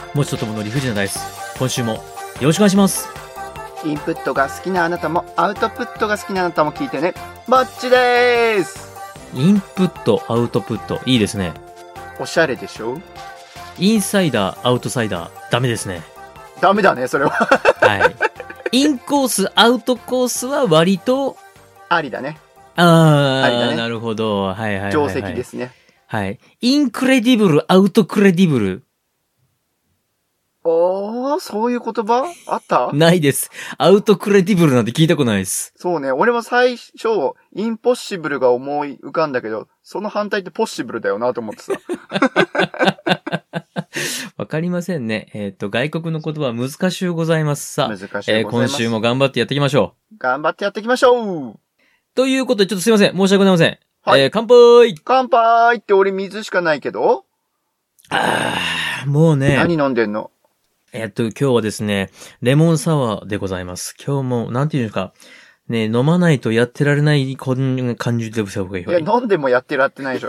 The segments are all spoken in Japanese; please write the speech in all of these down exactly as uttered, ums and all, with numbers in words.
もちとともの理不尽なダイス。今週もよろしくお願いします。 インプットが好きなあなたもアウトプットが好きなあなたも聞いてね。もっちでーす。 インプット、アウトプット、いいですね。 おしゃれでしょ。 インサイダー、アウトサイダー、ダメですね。 ダメだね、それは。 はい。インコース、アウトコースは割と、 ありだね。 あー、 ありだね。 なるほど。はいはいはい、はい。 定石ですね。 はい。インクレディブル、アウトクレディブル。 おー、そういう言葉あった？ ないです。アウトクレディブルなんて聞いたことないです。 そうね。俺も最初、インポッシブルが思い浮かんだけど、その反対ってポッシブルだよなと思ってさ。 わかりませんね。えっ、ー、と、外国の言葉は難しゅうございます。さあ、 難しゅうございます。えー、 今週も頑張ってやっていきましょう。頑張ってやっていきましょう。 ということで、ちょっとすいません。申し訳ございません。 はい。 えー、乾杯乾杯って俺水しかないけど。 あー、もうね。 何飲んでんの？ えっと、今日はですね、レモンサワーでございます。今日も、なんていうんですか、ね、飲まないとやってられない感じでした方がいい。 いや、飲んでもやってらってないでしょ。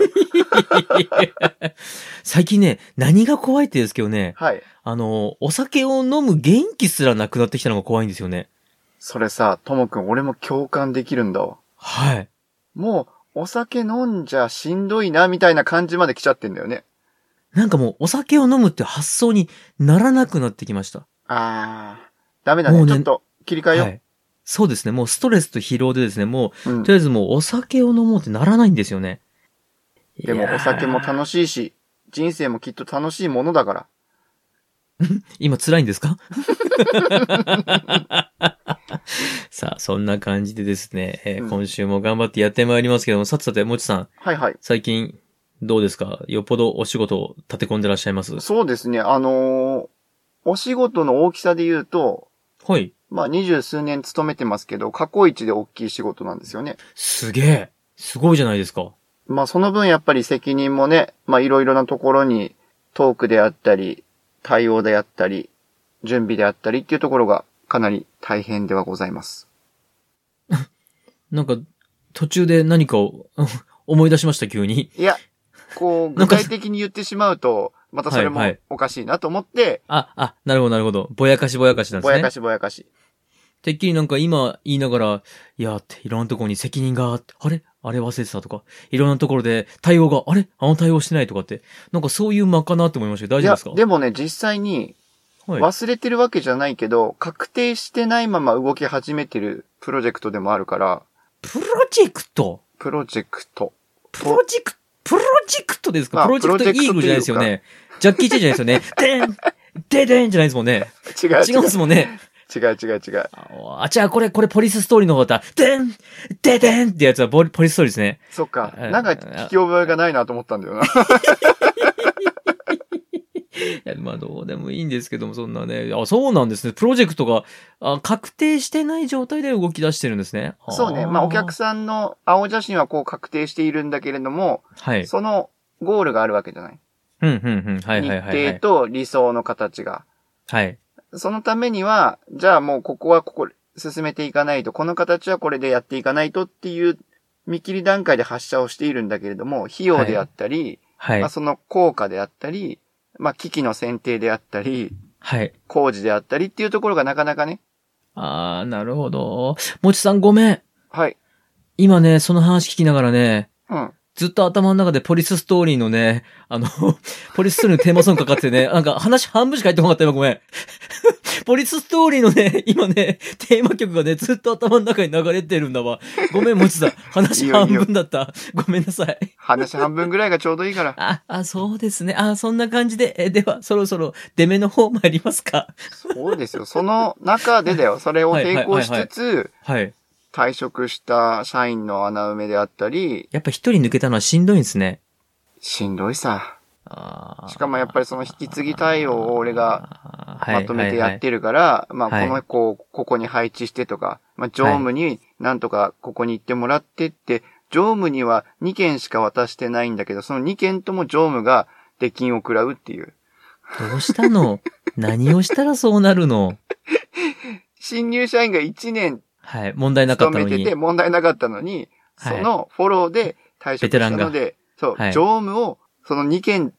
最近ね、何が怖いってですけどね、 はい。 あの、お酒を飲む元気すらなくなってきたのが怖いんですよね。 それさ、ともくん、俺も共感できるんだわ。 はい。 もう、お酒飲んじゃしんどいな、みたいな感じまで来ちゃってんだよね。 なんかもう、お酒を飲むって発想にならなくなってきました。 あー、ダメだね。もうね、ちょっと、切り替えよう。はい。 そうですね。もうストレスと疲労でですね、もう、うん、とりあえずもうお酒を飲もうってならないんですよね。 でもお酒も楽しいし、人生もきっと楽しいものだから。 今辛いんですかさあ、そんな感じでですね、えーうん、今週も頑張ってやってまいりますけども、さてさて、もちさん。 はいはい。 最近、どうですか？よっぽどお仕事を立て込んでらっしゃいます？ そうですね。あのー、お仕事の大きさで言うと、 はい。 まあ、二十数年勤めてますけど、過去一で大きい仕事なんですよね。 すげえ。すごいじゃないですか。 まあ、その分やっぱり責任もね、まあ、いろいろなところにトークであったり、対応であったり、準備であったりっていうところがかなり大変ではございます。 なんか、途中で何かを思い出しました、急に。 いや、こう、具体的に言ってしまうと、またそれもおかしいなと思って。はいはい、 あ、あ、なるほど、なるほど。ぼやかしぼやかしなんですね。 ぼやかしぼやかし。 てっきりなんか今言いながら、いや、っていろんなところに責任があって、あれあれ忘れてたとか、いろんなところで対応が、あれあの対応してないとかって、なんかそういう間かなって思いましたけど、大丈夫ですか？ いや、でもね、実際に、忘れてるわけじゃないけど、はい、確定してないまま動き始めてるプロジェクトでもあるから。 プロジェクトプロジェクト。 プロジェクト、プロジェクトですか？まあ、プロジェクトイーグルじゃないですよね。ジャッキーチェンじゃないですよね。でんででんじゃないですもんね。 違う違う。 違うんですもんね。 違う違う違う。 あ、じゃあこれ、これポリスストーリーの方だった。でんででんってやつはポリポリストーリーですね。 そっか。なんか聞き覚えがないなと思ったんだよな。 いや、まあどうでもいいんですけども、そんなね。あ、そうなんですね。プロジェクトがあ確定してない状態で動き出してるんですね。 そうね。まあお客さんの青写真はこう確定しているんだけれども、はい。そのゴールがあるわけじゃない。 うん、うん、うん。はい、はい、はい。 日程と理想の形が。 はい。 そのためには、じゃあもうここはここ進めていかないと、この形はこれでやっていかないとっていう見切り段階で発射をしているんだけれども、費用であったり、はい。まあその効果であったり、まあ機器の選定であったり、はい。工事であったりっていうところがなかなかね。 あー、なるほど。もちさんごめん。 はい。 今ね、その話聞きながらね、 うん。 ずっと頭の中でポリスストーリーのね、あの、ポリスストーリーのテーマソングかかってね、なんか話半分しか入ってこなかったよ、ごめん。ポリスストーリーのね、今ね、テーマ曲がね、ずっと頭の中に流れてるんだわ。ごめん、もちさん。話半分だった。いいよいいよごめんなさい。 話半分ぐらいがちょうどいいから。 あ、あ、そうですね。あ、そんな感じで。え、では、そろそろ、出目の方参りますか。 そうですよ。その中でだよ。それを並行しつつ、はい。はいはいはい退職した社員の穴埋めであったり。 やっぱ一人抜けたのはしんどいんですね。 しんどいさ。あしかもやっぱりその引き継ぎ対応を俺がまとめてやってるから、はいはいはい、まあこの子をここに配置してとか、まあ常務になんとかここに行ってもらってって、常務にはにけんしか渡してないんだけど、そのにけんとも常務が出禁を食らうっていう。 どうしたの何をしたらそうなるの新入社員がいちねんはい、問題なかったのに。 勤めてて問題なかったのに、そのフォローで退職したので、そう、はい、常務をそのにけん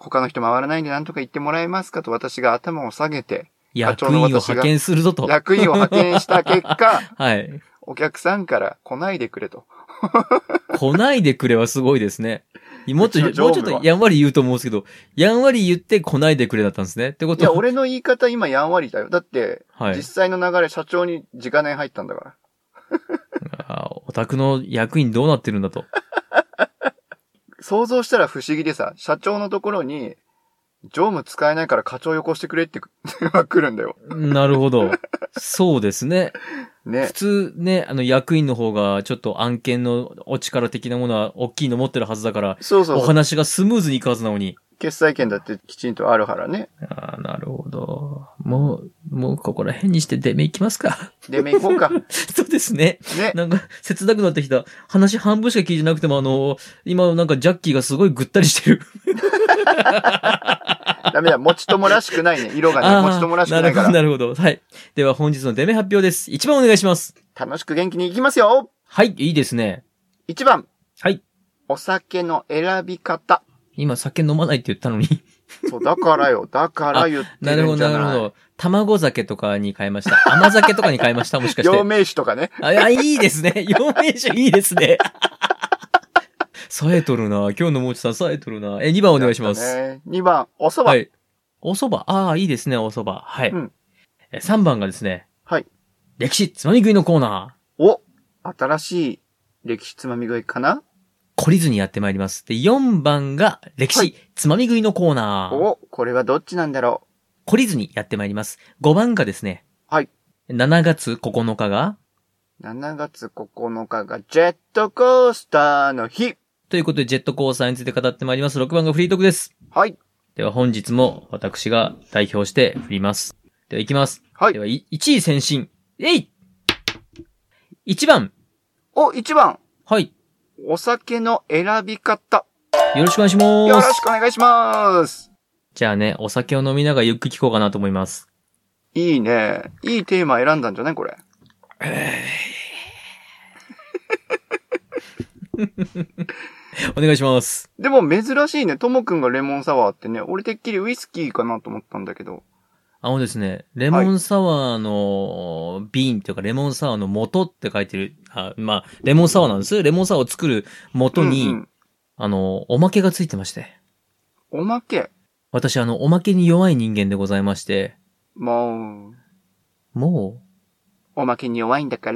他の人回らないんでなんとか言ってもらえますかと私が頭を下げて、 役員を派遣するぞと。 役員を派遣した結果、 はい。 お客さんから来ないでくれと。 来ないでくれはすごいですね。もうちょっと、もうちょっとやんわり言うと思うんですけど、やんわり言って来ないでくれだったんですね。ってことは。 いや、俺の言い方今やんわりだよ。だって、はい、実際の流れ社長に直念入ったんだから。 あ、お宅の役員どうなってるんだと。 想像したら不思議でさ、社長のところに、常務使えないから課長よこしてくれって来るんだよ。 なるほど。そうですね。 ね。 普通ね、あの役員の方がちょっと案件のお力的なものは大きいの持ってるはずだから、 そうそうそう。 お話がスムーズにいくはずなのに。 決済権だってきちんとあるからね。 ああ、なるほど。もう、もうここら辺にして出目行きますか。 出目行こうか。 そうですね。 ね。 なんか、切なくなってきた。話半分しか聞いてなくても、あの、今なんかジャッキーがすごいぐったりしてる。 ダメだ、もちともらしくないね。色がね、もちともらしくないから。 なるほど、なるほど。はい。では本日の出目発表です。いちばんお願いします。 楽しく元気に行きますよ。 はい、いいですね。 いちばん。 はい。 お酒の選び方。 今酒飲まないって言ったのに。 そう、だからよ。だから言ってるんじゃない。なるほど、なるほど。 卵酒とかに変えました。甘酒とかに変えました。もしかして。 陽明酒とかね。 あ、いいですね。陽明酒いいですね。冴えとるな。今日のもちさん冴えとるな。え、にばんお願いします。 ね、にばん、お蕎麦。はい。 お蕎麦。ああ、いいですね、お蕎麦。はい。 うん。 え、さんばんがですね。 はい。 歴史つまみ食いのコーナー。お、新しい歴史つまみ食いかな？ 懲りずにやってまいります。で、よんばんが歴史、はい、つまみ食いのコーナー。 お、これはどっちなんだろう。懲りずにやってまいります。ごばんがですね。 はい。 しちがつここのかがしちがつここのかがジェットコースターの日。 ということで、ジェットコースターについて語ってまいります。ろくばんがフリートークです。 はい。 では本日も私が代表して振ります。では行きます。 はい。 ではいちい先進。えい !いちばん。 お、いちばん。 はい。 お酒の選び方。 よろしくお願いします。 よろしくお願いします。 じゃあね、お酒を飲みながらゆっくり聞こうかなと思います。 いいね。いいテーマ選んだんじゃないこれ。 えー、お願いします。 でも珍しいね。ともくんがレモンサワーってね、俺てっきりウイスキーかなと思ったんだけど。 あのですね、レモンサワーの瓶というか、レモンサワーの元って書いてる、あまあ、レモンサワーなんです。レモンサワーを作る元に、うんうん、あの、おまけがついてまして。 おまけ？ 私、あの、おまけに弱い人間でございまして。 もう。 もうおまけに弱いんだから。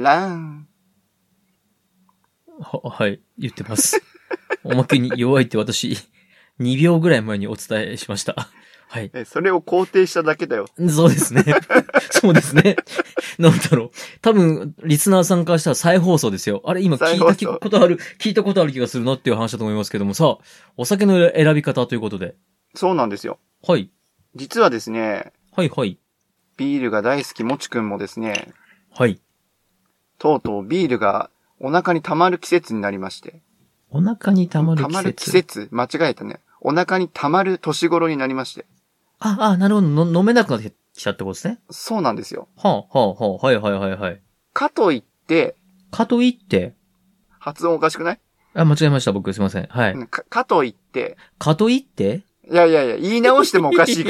は、はい、言ってます。おまけに弱いって私、にびょうぐらい前にお伝えしました。はい。 え、それを肯定しただけだよ。 そうですね。そうですね。なんだろう。多分、リスナーさんからしたら再放送ですよ。あれ、今聞いたことある、聞いたことある気がするなっていう話だと思いますけども、さあ、お酒の選び方ということで。 そうなんですよ。 はい。 実はですね。 はいはい。 ビールが大好きもちくんもですね。 はい。 とうとうビールがお腹に溜まる季節になりまして。 お腹に溜まる季節？ 溜まる季節間違えたね。お腹に溜まる年頃になりまして。 あ、あ、なるほど。の飲めなくなってきたってことですね。 そうなんですよ。 はあ、はあ、はあ、はいはいはいはい。 かといって、 かといって、 発音おかしくない？ あ、間違えました、僕すいません。はい。 か、かといって、 かといっていやいやいや、言い直してもおかしいから。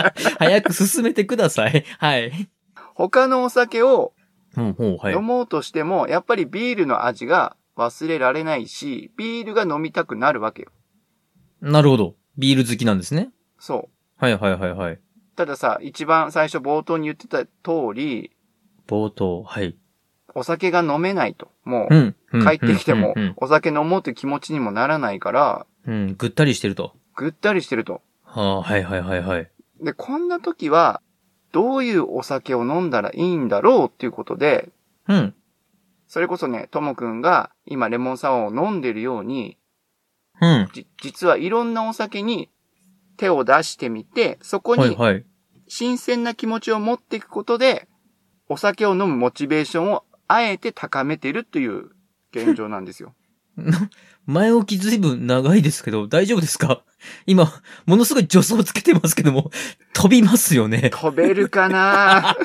早く進めてください。はい。 他のお酒を飲もうとしても、やっぱりビールの味が忘れられないし、ビールが飲みたくなるわけよ。 なるほど。ビール好きなんですね。 そう。 はいはいはいはい。 たださ、一番最初冒頭に言ってた通り、 冒頭、はい。 お酒が飲めないと。もう、うん、帰ってきても、お酒飲もうという気持ちにもならないから、 うん、ぐったりしてると。 ぐったりしてると。 はあ、はいはいはいはい。 で、こんな時は、どういうお酒を飲んだらいいんだろうっていうことで、 うん。 それこそね、ともくんが今レモンサワーを飲んでるように、 うん。 じ、実はいろんなお酒に手を出してみて、そこに新鮮な気持ちを持っていくことで、お酒を飲むモチベーションをあえて高めてるという現状なんですよ。 前置きずいぶん長いですけど、大丈夫ですか？今、ものすごい助走つけてますけども、飛びますよね。 飛べるかな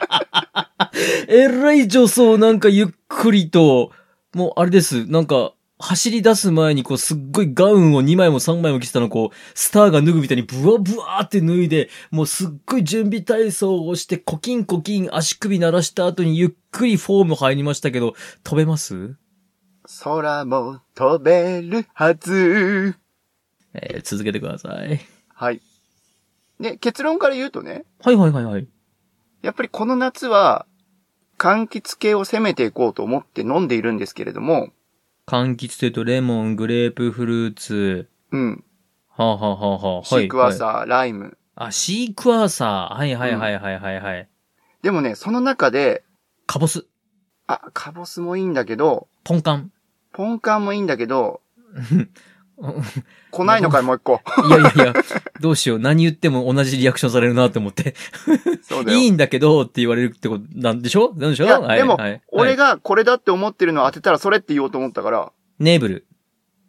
えらい助走なんかゆっくりと、もうあれです。なんか、 走り出す前にこうすっごいガウンをにまいもさんまいも着てたのこう、スターが脱ぐみたいにブワブワーって脱いで、もうすっごい準備体操をしてコキンコキン足首鳴らした後にゆっくりフォーム入りましたけど、飛べます？ 空も飛べるはず。 えー、続けてください。 はい。で、結論から言うとね。 はいはいはいはい。 やっぱりこの夏は、柑橘系を攻めていこうと思って飲んでいるんですけれども、 柑橘というとレモン、グレープフルーツ。 うん。 はあ、はあはあはあ、 シークワーサー、はいはい、ライム。 あ、シークワーサー。はいはいはいはいはいはい。うん、 でもね、その中で、 カボス。 あ、カボスもいいんだけど、 ポンカン。 ポンカンもいいんだけど、来ないのかい、もう一個。 いやいやいや、どうしよう。何言っても同じリアクションされるなって思って。そうだよ。いいんだけどって言われるってことなんでしょなんでしょいや、 はい、でも、はい、俺がこれだって思ってるのを当てたらそれって言おうと思ったから。 ネーブル。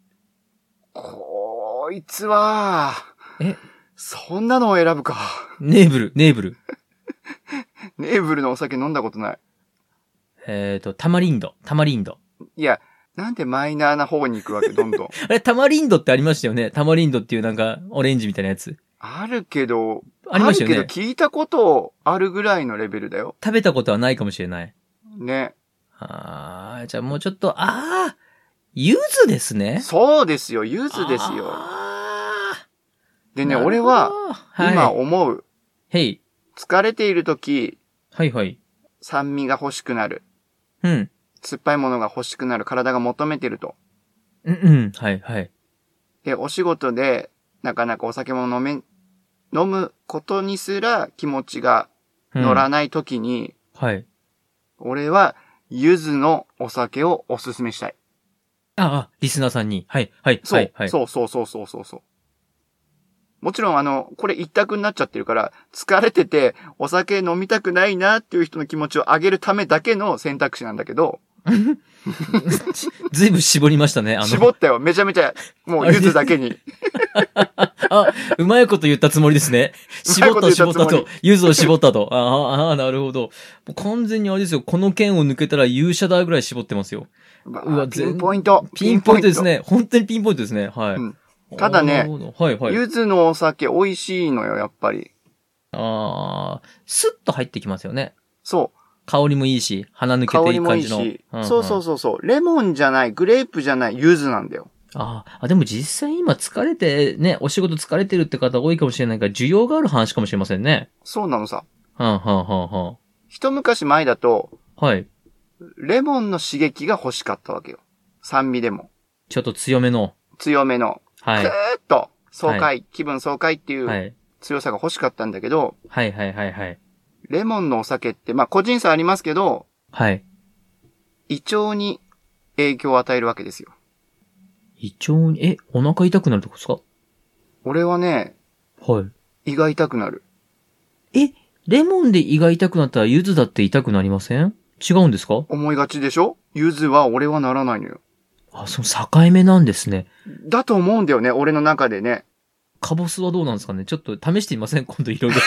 こいつは、 えそんなのを選ぶか。 ネーブル、ネーブル。 ネーブルのお酒飲んだことない。 えっと、タマリンド、タマリンド。 いや、なんでマイナーな方に行くわけ、どんどん。 あれ、タマリンドってありましたよね。タマリンドっていうなんか、オレンジみたいなやつ。 あるけど、 ありましたよね。 あるけど聞いたことあるぐらいのレベルだよ。 食べたことはないかもしれない。 ね。 あー、じゃあもうちょっと、あー、柚子ですね。 そうですよ、柚子ですよ。でね、俺は、今思う。 はい。 疲れているとき、 はいはい。 酸味が欲しくなる。 うん。 酸っぱいものが欲しくなる。体が求めてると。 うんうん。はいはい。 で、お仕事で、なかなかお酒も飲め、飲むことにすら気持ちが乗らないときに、 うん、はい。 俺は、柚子のお酒をおすすめしたい。 ああ、リスナーさんに。はい、はい、 そう、 はい、はい。 そうそうそうそうそうそう。もちろんあの、これ一択になっちゃってるから、疲れててお酒飲みたくないなっていう人の気持ちを上げるためだけの選択肢なんだけど。 ずいぶん絞りましたね。あの絞ったよ。めちゃめちゃ、もう柚子だけに。 あ、うまいこと言ったつもりですね。絞った絞ったと。柚子を絞ったと。ああ、なるほど。完全にあれですよ。この剣を抜けたら勇者だぐらい絞ってますよ。 うわ、ピンポイント。 ピンポイントですね。本当にピンポイントですね。はい。うん、 ただね、 はいはい。 柚子のお酒美味しいのよ、やっぱり。 ああ、スッと入ってきますよね。 そう。 香りもいいし、鼻抜けていい感じの。 香りもいいし、うんうん、そうそうそうそう。レモンじゃない、グレープじゃない、柚子なんだよ。 ああ、でも実際今疲れて、ね、お仕事疲れてるって方多いかもしれないから、需要がある話かもしれませんね。 そうなのさ。 はんはんはんはん。 一昔前だと、 はい。 レモンの刺激が欲しかったわけよ。酸味でも。 ちょっと強めの。 強めの。 はい。 くーっと、爽快、はい、気分爽快っていう強さが欲しかったんだけど、 はいはいはいはい。 レモンのお酒って、まあ個人差ありますけど、 はい。 胃腸に影響を与えるわけですよ。 胃腸に、え、お腹痛くなるってことですか？ 俺はね、 はい。 胃が痛くなる。 え、レモンで胃が痛くなったら柚子だって痛くなりません？違うんですか？ 思いがちでしょ？柚子は俺はならないのよ。 あ、その境目なんですね。 だと思うんだよね、俺の中でね。 カボスはどうなんですかね？ちょっと試してみません？今度いろいろと。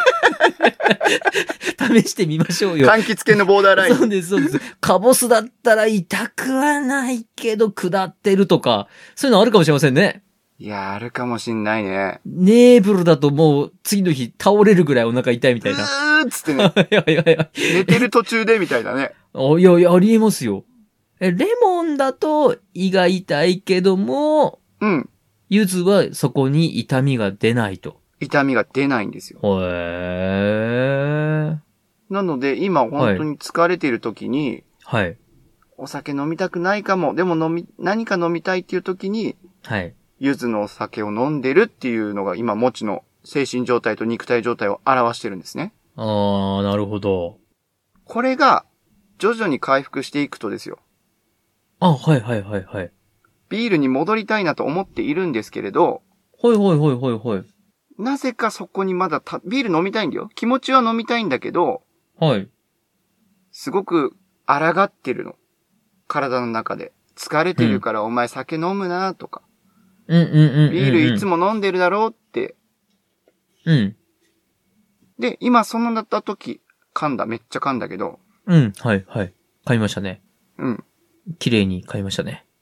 試してみましょうよ。 柑橘系のボーダーライン。 そうです、そうです。カボスだったら痛くはないけど下ってるとか、そういうのあるかもしれませんね。 いや、あるかもしんないね。 ネーブルだともう次の日倒れるぐらいお腹痛いみたいな。 うーっつってね。 いやいやいや。 寝てる途中でみたいなね。 あ、いやいや、ありえますよ。え、レモンだと胃が痛いけども、 うん。 柚子はそこに痛みが出ないと。 痛みが出ないんですよ。 へー。 なので、今本当に疲れている時に、 はい。 お酒飲みたくないかも、でも飲み、何か飲みたいっていう時に、 はい。 柚子のお酒を飲んでるっていうのが今、もちの精神状態と肉体状態を表してるんですね。 あー、なるほど。 これが、徐々に回復していくとですよ。 あ、はいはいはいはい。 ビールに戻りたいなと思っているんですけれど、 はいはいはいはいはい。 なぜかそこにまだた、ビール飲みたいんだよ。気持ちは飲みたいんだけど、 はい。 すごく抗ってるの。体の中で。疲れてるからお前酒飲むなとか。 うんうんうんうんうん。 ビールいつも飲んでるだろうって。 うん。 で、今そのなった時、噛んだ。めっちゃ噛んだけど。 うん、はいはい。噛みましたね。 うん。 綺麗に噛みましたね。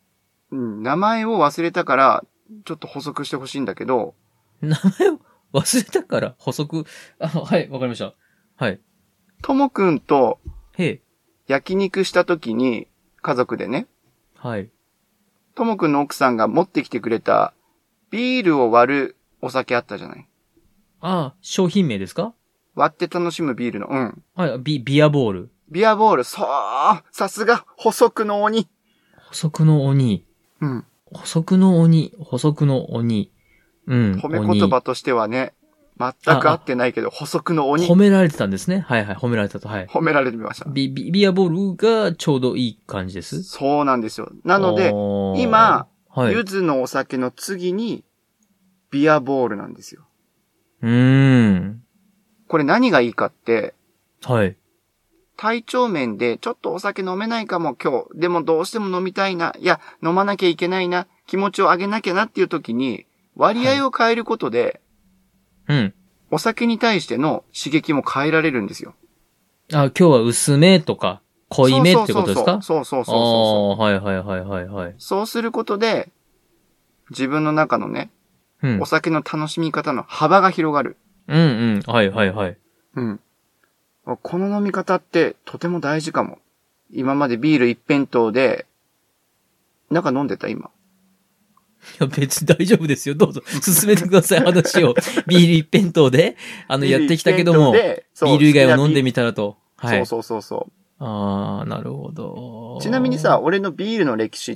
うん、名前を忘れたから、ちょっと補足してほしいんだけど。 名前を忘れたから補足、あ、はい、わかりました。はい。 ともくんと、 へえ。 焼肉した時に、家族でね。 はい。 ともくんの奥さんが持ってきてくれた、ビールを割るお酒あったじゃない。 ああ、商品名ですか？ 割って楽しむビールの、うん。 はい、ビ、ビアボール。 ビアボール、そう、さすが、補足の鬼。 補足の鬼。 うん。 補足の鬼、補足の鬼。うん。 褒め言葉としてはね、全く合ってないけど、補足の鬼。 褒められてたんですね。はいはい、褒められたと。はい。 褒められてみました。 ビ、ビ、ビアボールがちょうどいい感じです。 そうなんですよ。なので、今、はい、柚子のお酒の次に、ビアボールなんですよ。 うーん。 これ何がいいかって、 はい。 体調面でちょっとお酒飲めないかも今日。でもどうしても飲みたいな。いや、飲まなきゃいけないな。気持ちを上げなきゃなっていう時に、割合を変えることで、 はい、うん。 お酒に対しての刺激も変えられるんですよ。 あ、今日は薄めとか、濃いめってことですか？ そうそうそうそう。そうそうそうそう。 ああ、はいはいはいはいはい。 そうすることで、自分の中のね、うん、お酒の楽しみ方の幅が広がる。 うんうん。はいはいはい。 うん。この飲み方ってとても大事かも。今までビール一辺倒で、なんか飲んでた今。 いや別に大丈夫ですよ。どうぞ進めてください話を。ビール一辺倒で、あのやってきたけども、ビール以外を飲んでみたらと。 はい。そうそうそうそう。 ああ、なるほど。 ちなみにさ、俺のビールの歴史って、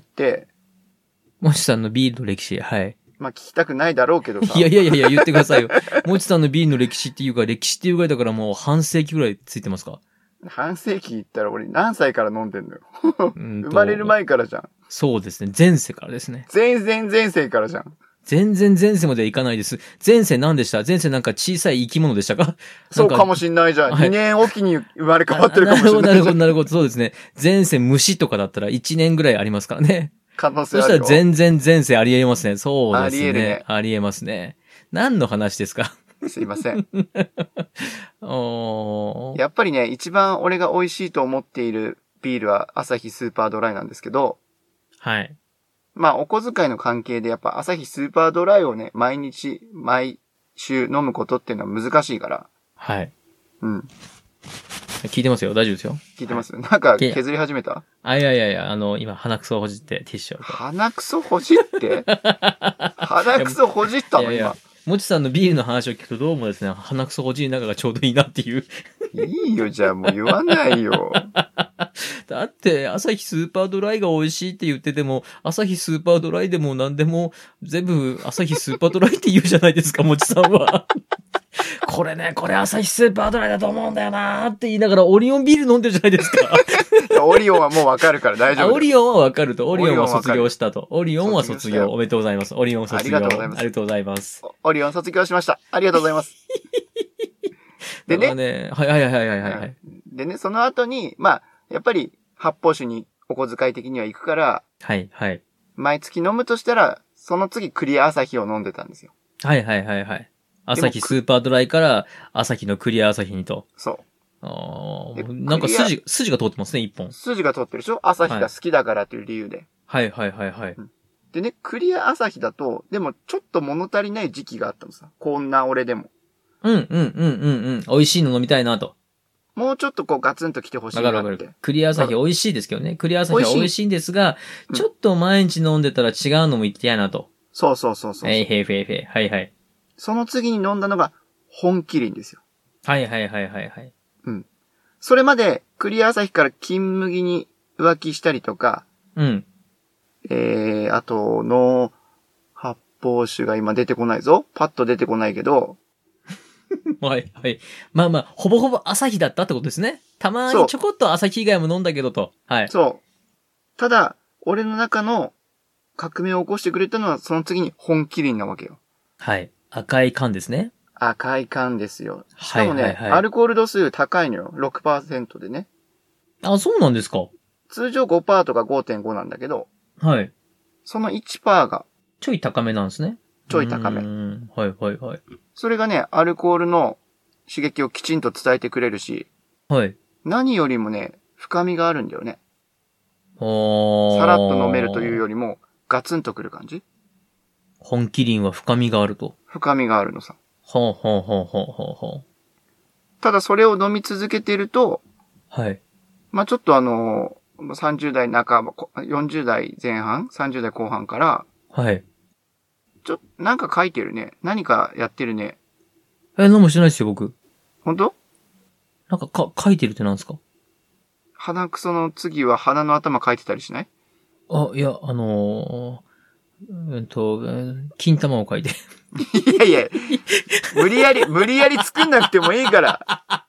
もちさんのビールの歴史、はい。 まあ、聞きたくないだろうけどさ。 いやいやいやいや、言ってくださいよ。もちさんのビールの歴史っていうか、歴史っていうぐらいだからもう半世紀ぐらいついてますか？ 半世紀言ったら俺何歳から飲んでんのよ。生まれる前からじゃん。 そうですね。前世からですね。 全然前世からじゃん。 全然前世まではいかないです。前世何でした？前世なんか小さい生き物でしたか？ そうかもしんないじゃん。はい、にねんおきに生まれ変わってるかもしれない。 なるほど、なるほど、なるほど。そうですね。前世虫とかだったらいちねんぐらいありますからね。 可能性あるよ。 そしたら全然前世ありえますね。そうですね。ありえるね。 ありえますね。何の話ですか？ すいません。おやっぱりね、一番俺が美味しいと思っているビールはアサヒスーパードライなんですけど。 はい。 まあ、お小遣いの関係でやっぱアサヒスーパードライをね、毎日、毎週飲むことっていうのは難しいから。 はい。 うん。 聞いてますよ。大丈夫ですよ。 聞いてます。はい、なんか削り始めた？ あ、いやいやいや、あの、今鼻くそをほじってティッシュを。 鼻くそほじって鼻くそほじったの今。いやいやもちさんのビールの話を聞くとどうもですね、鼻くそほじりながらちょうどいいなっていう。 いいよ、じゃあもう言わないよ。 だって、アサヒスーパードライが美味しいって言ってても、アサヒスーパードライでも何でも、全部アサヒスーパードライって言うじゃないですか、もちさんは。これね、これアサヒスーパードライだと思うんだよなーって言いながらオリオンビール飲んでるじゃないですか。 オリオンはもうわかるから大丈夫。 オリオンはわかると。オリオンは卒業したと。オリオンは卒業。おめでとうございます。オリオン卒業。ありがとうございます。ありがとうございます。 オリオン卒業しました。ありがとうございます。 でね。ねはいはいはいはいはい、はい。 でね、その後に、まあ、やっぱり発泡酒にお小遣い的には行くから、 はいはい。 毎月飲むとしたら、その次クリアアサヒを飲んでたんですよ。 はいはいはいはい。アサヒスーパードライからアサヒのクリアアサヒにと。 そう。 ああ、なんか筋、筋が通ってますね、一本。 筋が通ってるでしょ？アサヒが好きだからという理由で。 はいはいはいはい。うん、 でね、クリアアサヒだと、でもちょっと物足りない時期があったのさ。こんな俺でも。 うんうんうんうんうん。美味しいの飲みたいなと。 もうちょっとこうガツンと来てほしいなって。わかるわかる。 クリアアサヒ美味しいですけどね。クリアアサヒは美味しいんですが、ちょっと毎日飲んでたら違うのも言ってやなと。 そうそうそうそう。 えいへいへいへい。はいはい。 その次に飲んだのが本麒麟ですよ。 はいはいはいはいはい。 うん。それまでクリアアサヒから金麦に浮気したりとか、 うん。 えー、あとの発泡酒が今出てこないぞ。パッと出てこないけど。 はいはい。まあまあ、ほぼほぼアサヒだったってことですね。たまにちょこっとアサヒ以外も飲んだけどと。はい。 そう。ただ、俺の中の革命を起こしてくれたのはその次に本麒麟なわけよ。 はい。赤い缶ですね。 赤い缶ですよ。しかもね、 はいはいはい、 アルコール度数高いのよ。ろくパーセント でね。 あ、そうなんですか。 通常 ごパーセント とか ごてんご なんだけど。 はい。 その いちパーセント が。 ちょい高めなんですね。 ちょい高め。 はいはいはい。 それがね、アルコールの刺激をきちんと伝えてくれるし。 はい。 何よりもね、深みがあるんだよね。 おー。 さらっと飲めるというよりも、 ガツンとくる感じ。 本麒麟は深みがあると。 深みがあるのさ。 ほうほうほうほうほうほう。 ただそれを飲み続けてると、 はい。 まあちょっとあの、さんじゅう代半ば、よんじゅう代前半 ?さんじゅう代後半から、 はい。 ちょ、なんか書いてるね。何かやってるね。 え、何もしてないですよ、僕。 本当？ なんか、か、書いてるって何ですか？ 鼻くその次は鼻の頭書いてたりしない？ あ、いや、あのー、うんと、金玉を書いて。 いやいや、無理やり、無理やり作んなくてもいいから。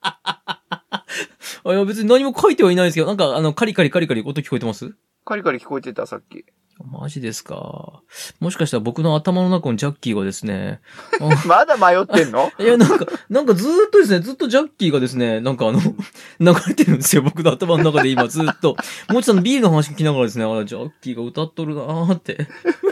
あ、いや、別に何も書いてはいないですけど、なんか、あの、カリカリカリカリ音聞こえてます？ カリカリ聞こえてた、さっき。 マジですか。もしかしたら僕の頭の中のジャッキーがですね。 まだ迷ってんの？ いや、なんか、なんかずーっとですね、ずっとジャッキーがですね、なんかあの、流れてるんですよ。僕の頭の中で今ずっと。もちろんビールの話聞きながらですね、あジャッキーが歌っとるなーって。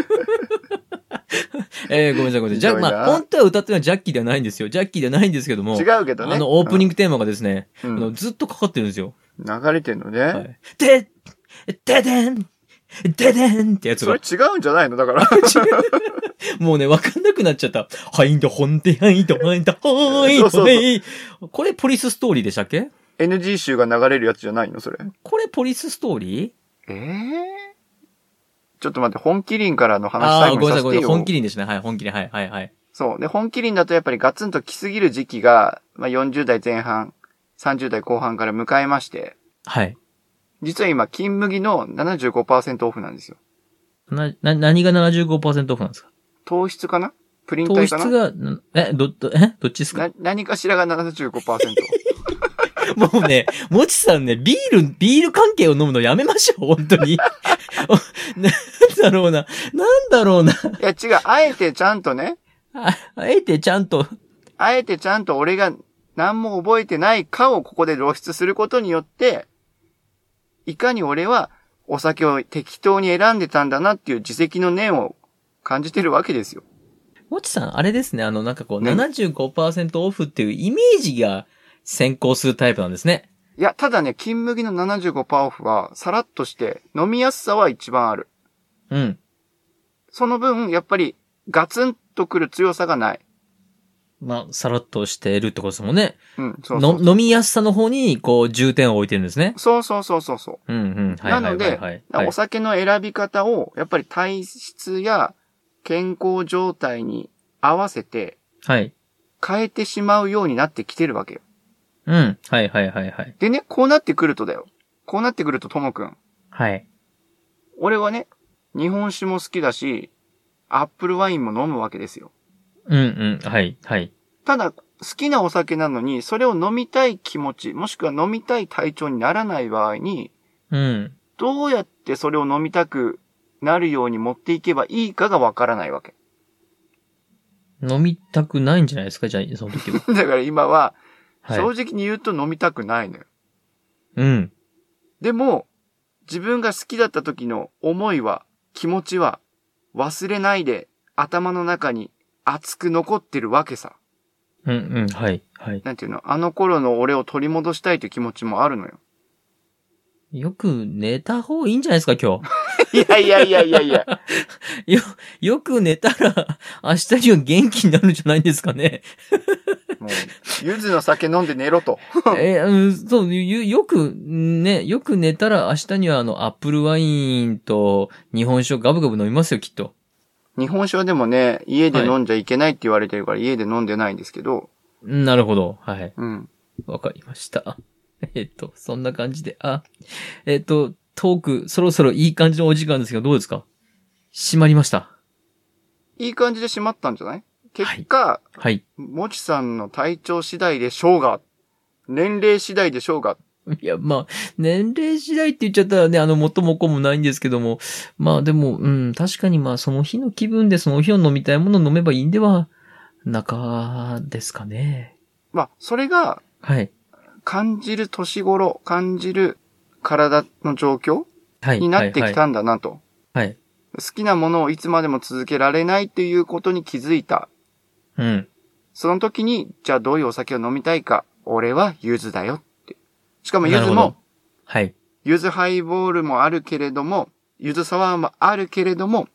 えー、ごめんなさい、ごめんなさい。じゃ、まあ、本当は歌ってるのはジャッキーではないんですよ。ジャッキーではないんですけども。 違うけどね。 あの、オープニングテーマがですね、 うん、 あのずっとかかってるんですよ。 流れてんのね。はい。 で、ででんででんってやつが。 それ違うんじゃないのだから。 もうね、わかんなくなっちゃった。はいんと、ほんて、はいんと、はいんと、はいんと、はい。これポリスストーリーでしたっけ？ エヌジー 集が流れるやつじゃないのそれ。 これポリスストーリー？ ええー、ちょっと待って、本麒麟からの話最後にさせてよ。あ、 ごめんなさい、ごめんなさい。本麒麟でしたね。はい、本麒麟。はい、はい、はい。 そう。で、本麒麟だとやっぱりガツンと来すぎる時期が、まあ、よんじゅう代前半、さんじゅう代後半から迎えまして。 はい。 実は今、金麦の ななじゅうごパーセント オフなんですよ。 な、な、何が ななじゅうごパーセント オフなんですか？ 糖質かな？プリン体かな？ 糖質が、え、ど、ど、えどっちですか？ な、何かしらが ななじゅうごパーセント。 もうね、もちさんね、ビール、ビール関係を飲むのやめましょう、本当に。なんだろうな。なんだろうな。いや、違う。あえてちゃんとね。 あ、あえてちゃんと。 あえてちゃんと俺が何も覚えてないかをここで露出することによって、いかに俺はお酒を適当に選んでたんだなっていう自責の念を感じてるわけですよ。 もちさん、あれですね。あの、なんかこう、ね、ななじゅうごパーセント オフっていうイメージが先行するタイプなんですね。 いや、ただね、金麦の ななじゅうごパーセント オフは、さらっとして飲みやすさは一番ある。 うん。 その分、やっぱり、ガツンとくる強さがない。 まあ、さらっとしているってことですもんね。 うん、そうそうそう。 の飲みやすさの方に、こう、重点を置いてるんですね。 そうそうそうそうそう。 うんうん。はいはいはい、はい。なので、 はい、お酒の選び方を、やっぱり体質や健康状態に合わせて、 はい。 変えてしまうようになってきてるわけよ。 うん。はいはいはいはい。 でね、こうなってくるとだよ。こうなってくるとともくん。 はい。 俺はね、日本酒も好きだし、アップルワインも飲むわけですよ。 うんうん。はい。はい。 ただ、好きなお酒なのに、それを飲みたい気持ち、もしくは飲みたい体調にならない場合に、 うん。どうやってそれを飲みたくなるように持っていけばいいかがわからないわけ。 飲みたくないんじゃないですか、じゃあ、その時は。 だから今は、正直に言うと飲みたくないのよ。 うん。 でも、自分が好きだった時の思いは、気持ちは、忘れないで頭の中に熱く残ってるわけさ。 うんうん、はい、はい。 なんていうの、あの頃の俺を取り戻したいという気持ちもあるのよ。 よく寝た方がいいんじゃないですか、今日。いやいやいやいやいや。 よ、よく寝たら、明日には元気になるんじゃないですかね。 もう、柚子の酒飲んで寝ろと。 えー、そう、よく、ね、よく寝たら明日にはあの、アップルワインと日本酒をガブガブ飲みますよ、きっと。 日本酒はでもね、家で飲んじゃいけないって言われてるから、はい、家で飲んでないんですけど。 なるほど。はい。 うん。 わかりました。えっと、そんな感じで、あ、えっと、トーク、そろそろいい感じのお時間ですけど、どうですか？閉まりました。 いい感じで閉まったんじゃない？結果、 はい。はい、 もちさんの体調次第でしょうが、年齢次第でしょうが。 いや、まあ、年齢次第って言っちゃったらね、あの、元も子もないんですけども、まあでも、うん、確かにまあ、その日の気分でその日を飲みたいものを飲めばいいんでは、なかですかね。 まあ、それが、 はい。 感じる年頃、感じる体の状況になってきたんだなと。 はい。はい、 好きなものをいつまでも続けられないっていうことに気づいた。 うん。 その時に、じゃあどういうお酒を飲みたいか。俺は柚子だよって。しかも柚子も、 はい。 柚子ハイボールもあるけれども、柚子サワーもあるけれども、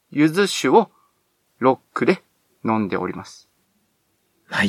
柚子酒をロックで飲んでおります。 はい。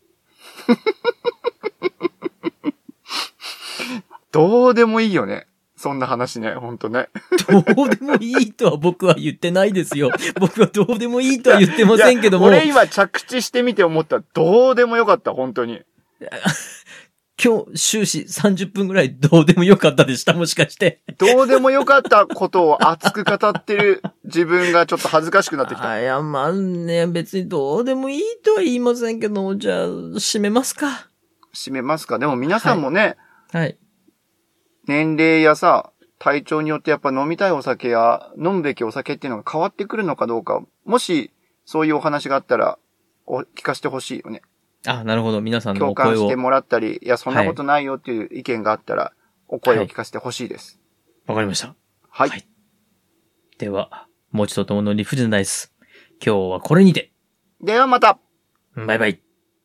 どうでもいいよね。そんな話ね、ほんとね。 どうでもいいとは僕は言ってないですよ。僕はどうでもいいとは言ってませんけども。 俺今着地してみて思った。どうでもよかった、本当に。 今日終始さんじゅっぷんぐらいどうでもよかったでした、もしかして。 どうでもよかったことを熱く語ってる自分がちょっと恥ずかしくなってきた。 あいや、まあね、別にどうでもいいとは言いませんけど、じゃあ、締めますか。 締めますか。でも皆さんもね、 はい。はい、 年齢やさ、体調によってやっぱ飲みたいお酒や飲むべきお酒っていうのが変わってくるのかどうか、もしそういうお話があったらお聞かせてほしいよね。 あ、なるほど。皆さんのお声を共感してもらったり、いや、そんなことないよっていう意見があったら、お声を聞かせてほしいです。 わ、はい、かりました。 はい。はい、 では、もちとともの理不尽なダイス。今日はこれにて。 ではまた。 バイバイ。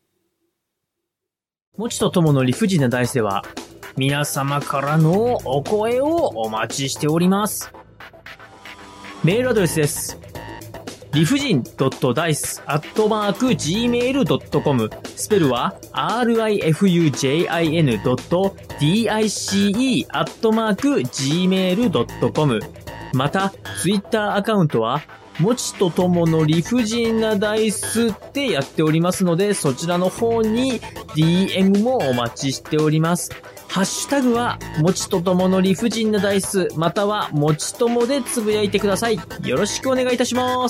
もちとともの理不尽なダイスでは、皆様からのお声をお待ちしております。メールアドレスです。理不尽 .dice アットマーク ジーメールドットコム スペルは アールアイエフユージェイアイエヌ ドット ディーアイシーイー アットマーク ジーメールドットコム また、ツイッターアカウントはもちとともの理不尽なダイスってやっておりますので、そちらの方に ディーエム もお待ちしております。ハッシュタグは、もちとともの理不尽なダイス、または、もちともでつぶやいてください。よろしくお願いいたします。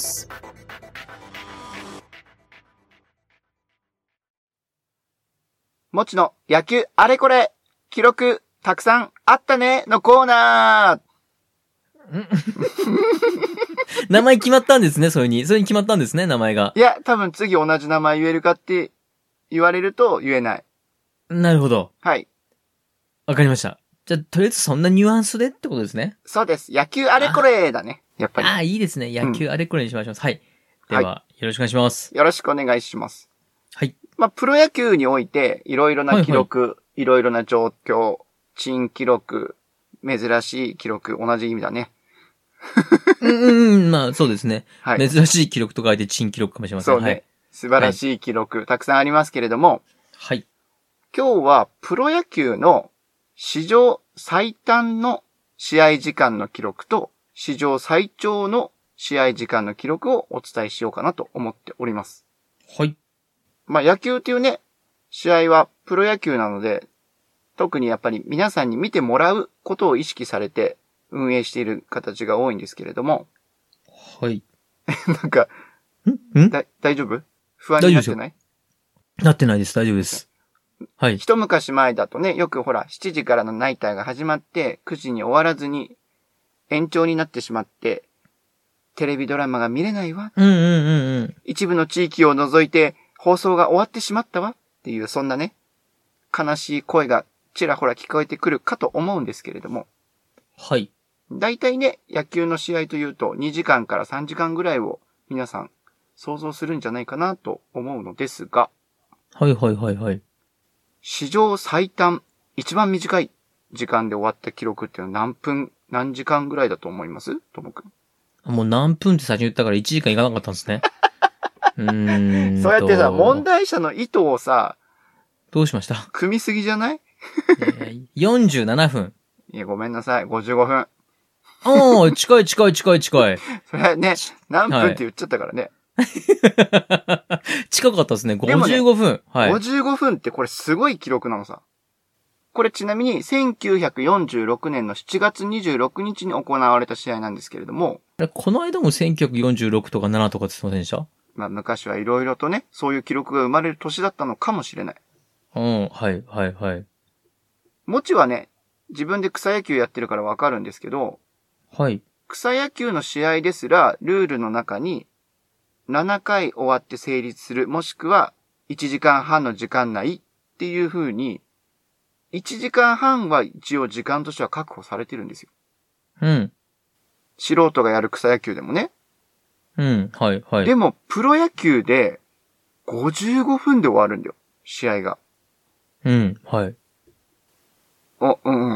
もちの野球あれこれ、記録たくさんあったねのコーナー。 名前決まったんですね、それに。それに決まったんですね、名前が。 いや、多分次同じ名前言えるかって言われると言えない。 なるほど。 はい。 わかりました。じゃあ、とりあえずそんなニュアンスでってことですね。 そうです。野球あれこれだね。やっぱり。 ああ、いいですね。野球あれこれにしましょう。うん、はい。では、はい、よろしくお願いします。 よろしくお願いします。 はい。 まあ、プロ野球において、いろいろな記録、はいはい、いろいろな状況、珍記録、珍しい記録、同じ意味だね。 うんうん、まあ、そうですね。はい。珍しい記録と書いて珍記録かもしれません。 そうね。はい、素晴らしい記録、はい、たくさんありますけれども。 はい。 今日は、プロ野球の史上最短の試合時間の記録と、史上最長の試合時間の記録をお伝えしようかなと思っております。 はい。 まあ野球っていうね、試合はプロ野球なので、特にやっぱり皆さんに見てもらうことを意識されて運営している形が多いんですけれども。 はい。 なんか、 んんだ大丈夫？不安になってない？ なってないです。大丈夫です。はい。 一昔前だとね、よくほら、しちじからのナイターが始まって、くじに終わらずに延長になってしまって、テレビドラマが見れないわ。 うんうんうんうん。 一部の地域を除いて放送が終わってしまったわっていう、そんなね、悲しい声がちらほら聞こえてくるかと思うんですけれども。 はい。 だいたいね、野球の試合というとにじかんからさんじかんぐらいを皆さん想像するんじゃないかなと思うのですが。 はいはいはいはい。 史上最短、一番短い時間で終わった記録っていうのは何分、何時間ぐらいだと思います？ともくん。 もう何分って最初に言ったからいちじかんいかなかったんですね。うーん。 そうやってさ、問題者の意図をさ、 どうしました？ 組みすぎじゃない？ えー、よんじゅうななふん。 いや、ごめんなさい。ごじゅうごふん。 ああ、近い近い近い近い。 それね、何分って言っちゃったからね。 はい、近かったですね。ごじゅうごふん、ね。はい。 ごじゅうごふんってこれすごい記録なのさ。これちなみにせんきゅうひゃくよんじゅうろくねんのしちがつにじゅうろくにちに行われた試合なんですけれども。 この間もせんきゅうひゃくよんじゅうろくとかななとかって言ってませんでした？ まあ昔はいろいろとね、そういう記録が生まれる年だったのかもしれない。 うん、はい、はい、はい。 もちはね、自分で草野球やってるからわかるんですけど、 はい。 草野球の試合ですら、ルールの中に、ななかい終わって成立する、もしくはいちじかんはんの時間内っていう風に、いちじかんはんは一応時間としては確保されてるんですよ。 うん。 素人がやる草野球でもね。 うん、はい、はい。 でも、プロ野球でごじゅうごふんで終わるんだよ、試合が。 うん、はい。 お、うんうん。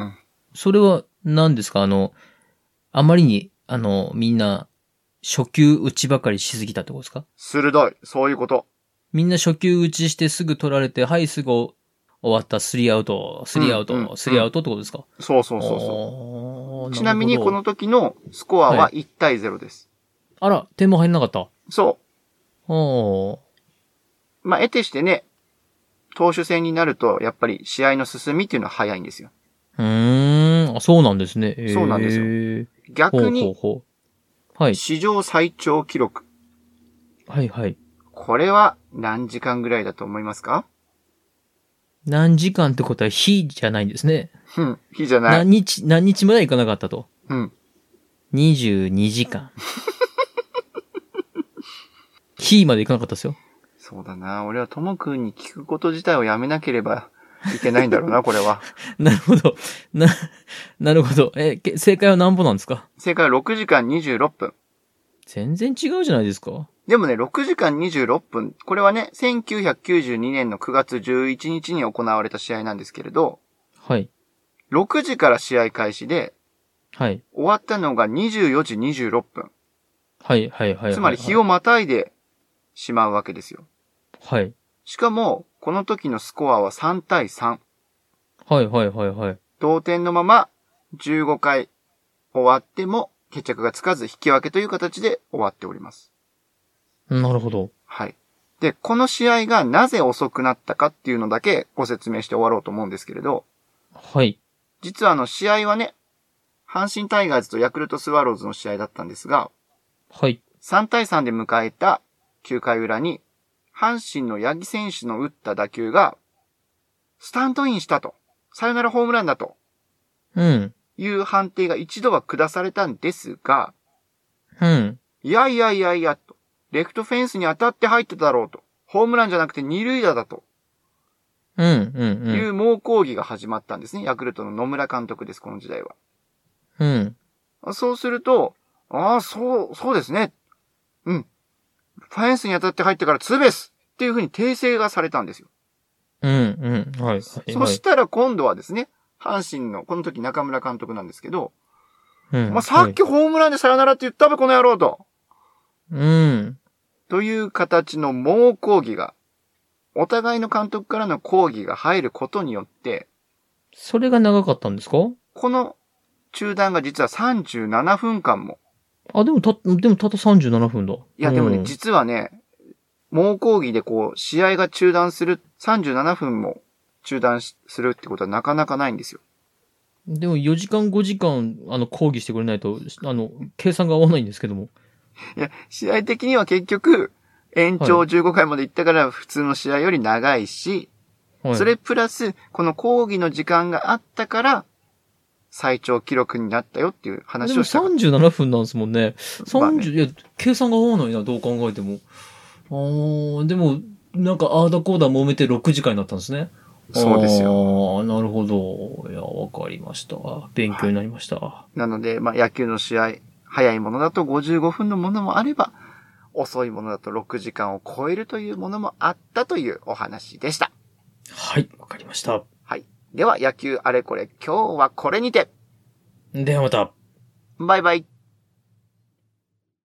それは何ですか？あの、あまりに、あの、みんな、 初球打ちばかりしすぎたってことですか？ 鋭い。そういうこと。 みんな初球打ちしてすぐ取られて、はい、すぐ終わった、スリーアウト、スリーアウト、うんうん、スリーアウトってことですか？ そうそうそうそう。ちなみにこの時のスコアはいちたいゼロです。 はい、あら、点も入んなかった。 そう。 おー。 まあ、得てしてね、投手戦になると、やっぱり試合の進みっていうのは早いんですよ。 うーん、あ、そうなんですね。 そうなんですよ。逆に、ほうほうほう、はい。史上最長記録。 はいはい。 これは何時間ぐらいだと思いますか？ 何時間ってことは日じゃないんですね。 うん、日じゃない。 何日、何日まで行かなかったと。 うん。 にじゅうにじかん。日まで行かなかったですよ。 そうだな。俺はともくんに聞くこと自体をやめなければいけないんだろうな、これは。 なるほど。な、なるほど。え、正解は何歩なんですか？ 正解はろくじかんにじゅうろっぷん。 全然違うじゃないですか。 でもね、ろくじかんにじゅうろっぷん。これはね、せんきゅうひゃくきゅうじゅうにねんのくがつじゅういちにちに行われた試合なんですけれど。 はい。 ろくじから試合開始で。 はい。 終わったのがにじゅうよじにじゅうろっぷん。 はいはいはい、はい。 つまり日をまたいでしまうわけですよ。 はい。 しかも、この時のスコアはさんたいさん。 はいはいはいはい。 同点のままじゅうごかい終わっても決着がつかず引き分けという形で終わっております。 なるほど。 はい。で、この試合がなぜ遅くなったかっていうのだけご説明して終わろうと思うんですけれど。 はい。 実はあの試合はね、阪神タイガーズとヤクルトスワローズの試合だったんですが。 はい。 さんたいさんで迎えたきゅうかい裏に、阪神の八木選手の打った打球が、スタンドインしたと。サヨナラホームランだと。 うん。 いう判定が一度は下されたんですが、 うん。 いやいやいやいやと。レフトフェンスに当たって入ってただろうと。ホームランじゃなくて二塁打だと。 うん、うん、うん。 いう猛抗議が始まったんですね。ヤクルトの野村監督です、この時代は。 うん。 そうすると、ああ、そう、そうですね。うん。フェンスに当たって入ってからツーベースっていう風に訂正がされたんですよ。 うん、うん。はい。そしたら今度はですね、阪神の、この時中村監督なんですけど、 うん。 まあ、さっきホームランでサヨナラって言ったべ、この野郎と。 うん。 という形の猛抗議が、お互いの監督からの抗議が入ることによって、 それが長かったんですか？ この中断が実はさんじゅうななふんかんも。 あ、でもた、でもたったさんじゅうななふんだ。いや、でもね、うん、実はね、猛抗議でこう、試合が中断する、さんじゅうななふんも中断するってことはなかなかないんですよ。 でもよじかんごじかん、あの、抗議してくれないと、あの、計算が合わないんですけども。 いや、試合的には結局、延長じゅうごかいまで行ったから普通の試合より長いし、はい、それプラス、この抗議の時間があったから、最長記録になったよっていう話をした。 でもさんじゅうななふんなんですもんね。さんじゅう、まあね、いや、計算が合わないな、どう考えても。あー、でも、なんか、あーだこーだ揉めてろくじかんになったんですね。 そうですよ。 ああ、なるほど。いや、わかりました。勉強になりました。はい、 なので、まあ、野球の試合、早いものだとごじゅうごふんのものもあれば、遅いものだとろくじかんを超えるというものもあったというお話でした。 はい、わかりました。 はい。では、野球あれこれ、今日はこれにて。 ではまた。 バイバイ。